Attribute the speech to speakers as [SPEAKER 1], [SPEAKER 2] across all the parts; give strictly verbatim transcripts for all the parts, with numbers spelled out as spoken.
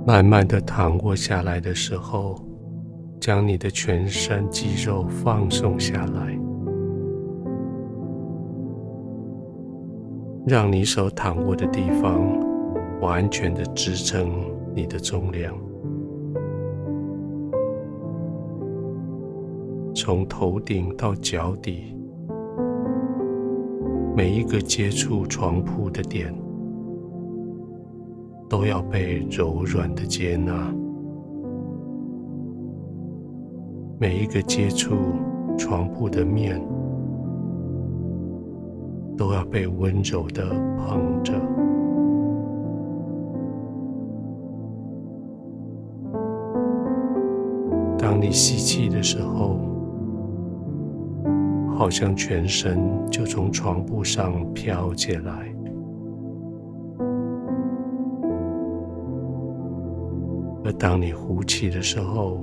[SPEAKER 1] 慢慢的躺卧下来的时候，将你的全身肌肉放松下来，让你所躺卧的地方完全的支撑你的重量，从头顶到脚底，每一个接触床铺的点都要被柔软的接纳，每一个接触床铺的面都要被温柔的捧着。当你吸气的时候，好像全身就从床铺上飘起来，而当你呼气的时候，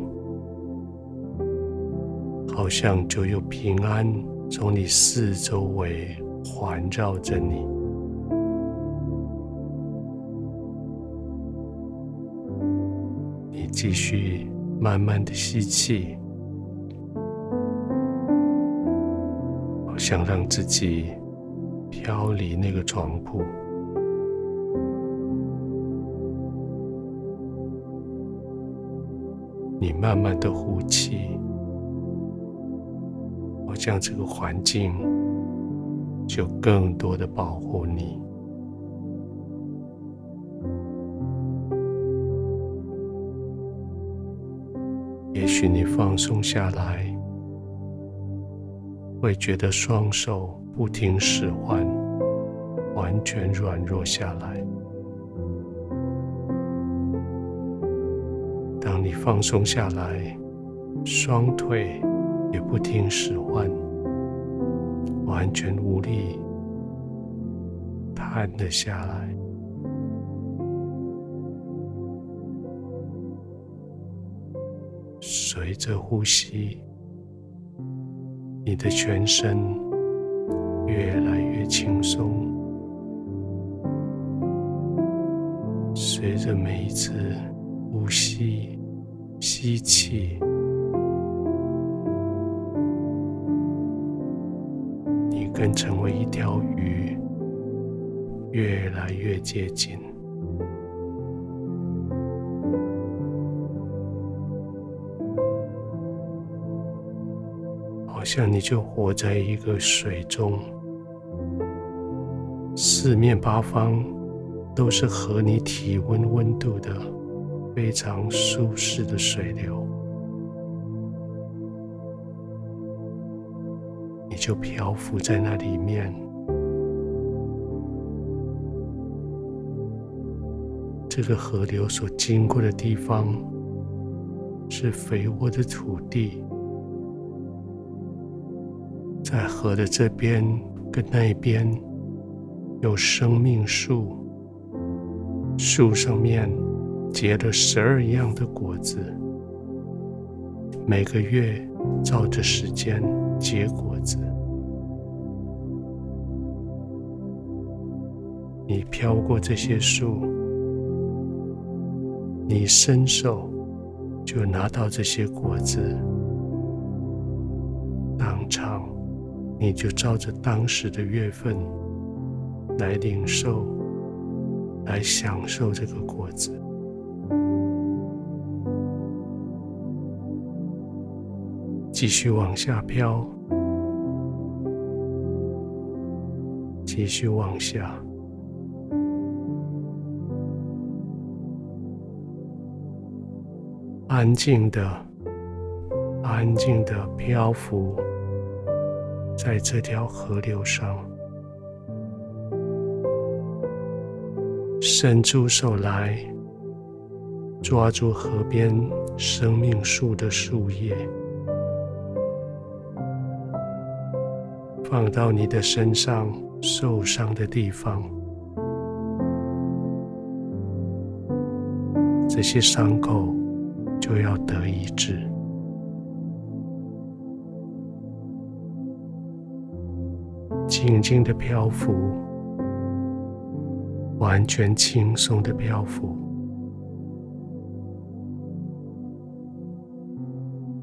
[SPEAKER 1] 好像就有平安从你四周围环绕着你。你继续慢慢的吸气，好像让自己飘离那个床铺。你慢慢的呼气，好像这个环境就更多的保护你。也许你放松下来，会觉得双手不听使唤，完全软弱下来。当你放松下来，双腿也不听使唤，完全无力瘫了下来。随着呼吸，你的全身越来越轻松。随着每一次呼吸，吸气，你跟成为一条鱼越来越接近。好像你就活在一个水中，四面八方都是和你体温温度的非常舒适的水流，你就漂浮在那里面。这个河流所经过的地方是肥沃的土地，在河的这边跟那边有生命树，树上面结了十二样的果子，每个月照着时间结果子。你飘过这些树，你伸手就拿到这些果子，当场你就照着当时的月份来领受，来享受这个果子。继续往下飘，继续往下，安静的安静的漂浮在这条河流上，伸出手来，抓住河边生命树的树叶，放到你的身上受伤的地方，这些伤口就要得医治。静静的漂浮，完全轻松的漂浮，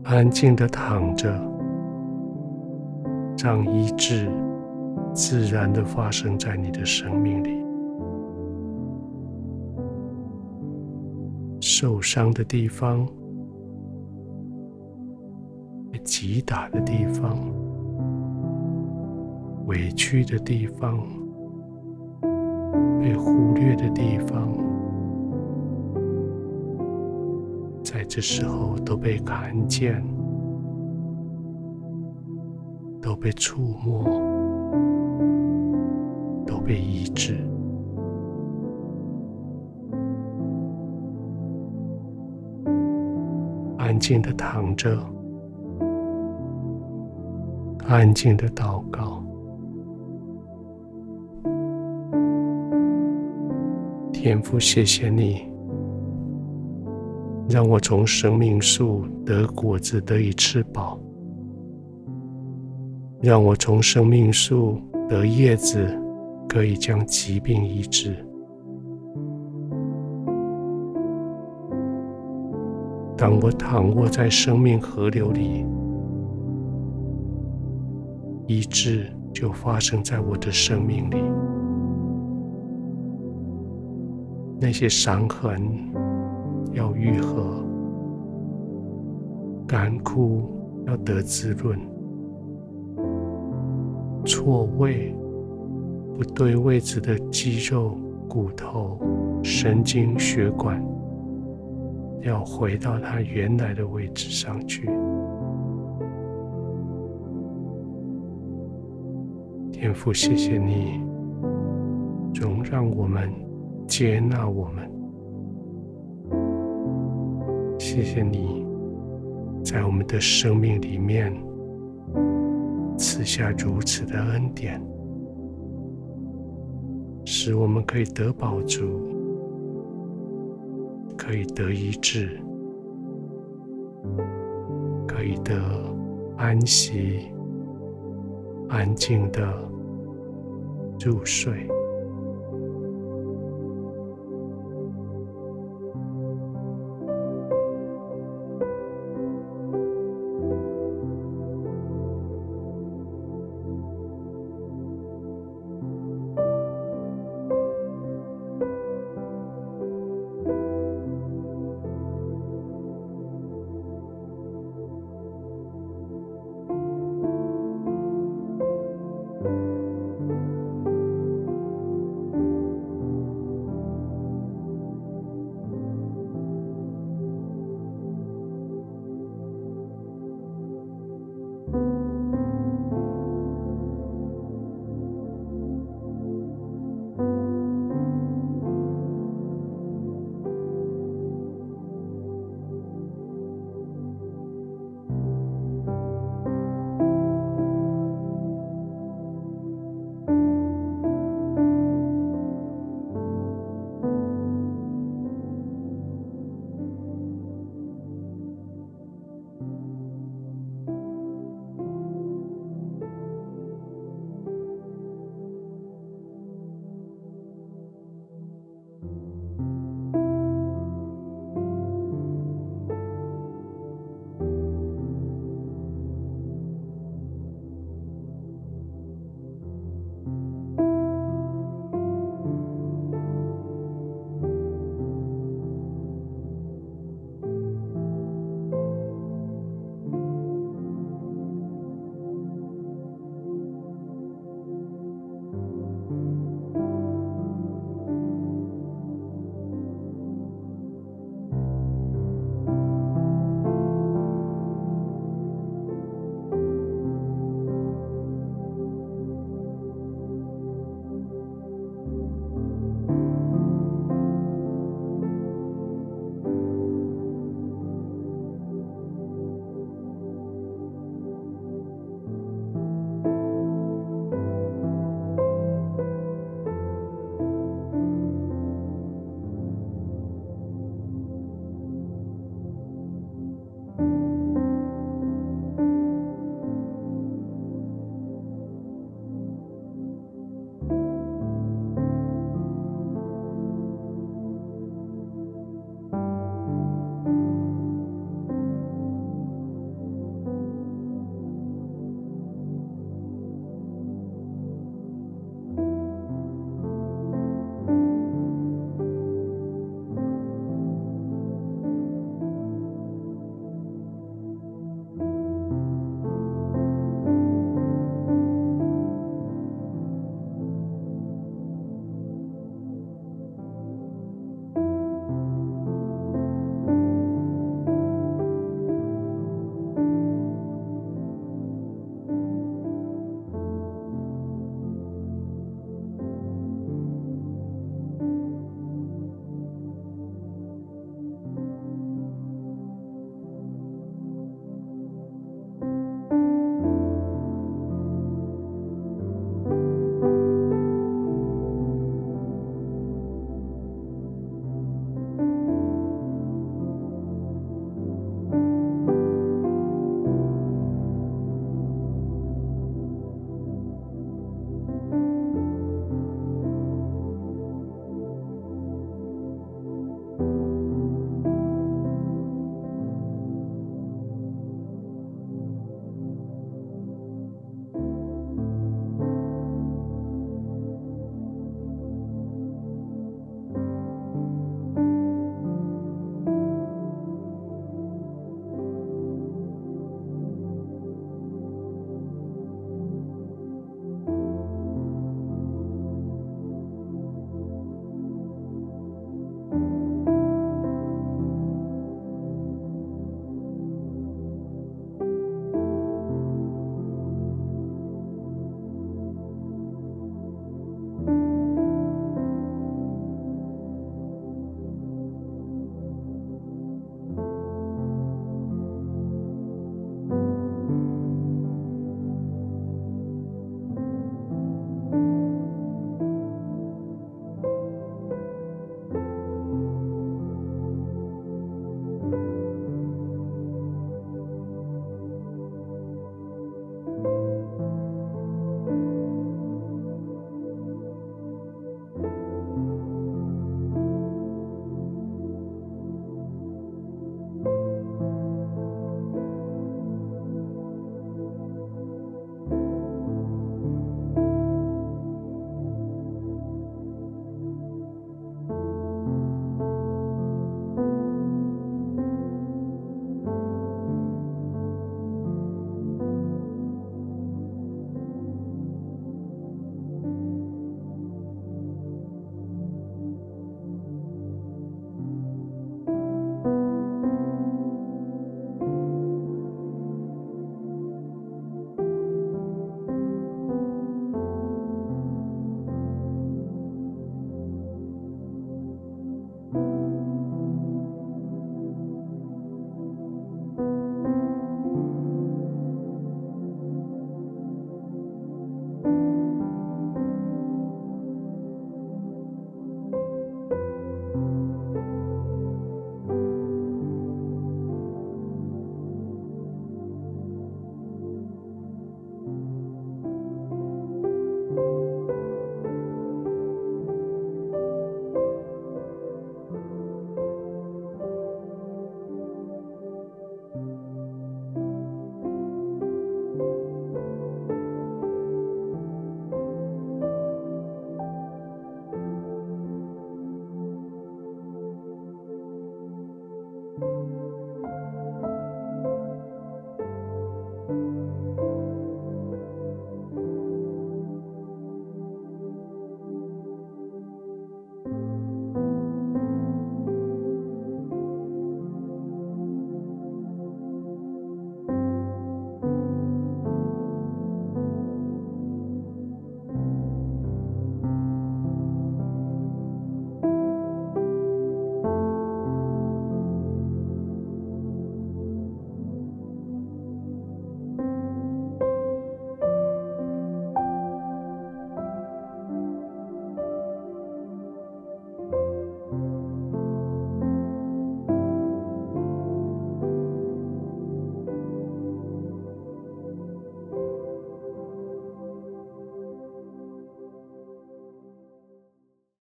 [SPEAKER 1] 安静地躺着，让医治自然地发生在你的生命里。受伤的地方，被击打的地方，委屈的地方，被忽略的地方，在这时候都被看见，都被触摸，都被医治。安静地躺着，安静地祷告。天父，谢谢你，让我从生命树得果子，得以吃饱；让我从生命树得叶子，可以将疾病医治。当我躺卧在生命河流里，医治就发生在我的生命里。那些伤痕要愈合，干枯要得滋润，错位不对位置的肌肉、骨头、神经、血管要回到它原来的位置上去。天父，谢谢你，总让我们接纳我们。谢谢你，在我们的生命里面赐下如此的恩典，使我们可以得饱足，可以得医治，可以得安息，安静的入睡。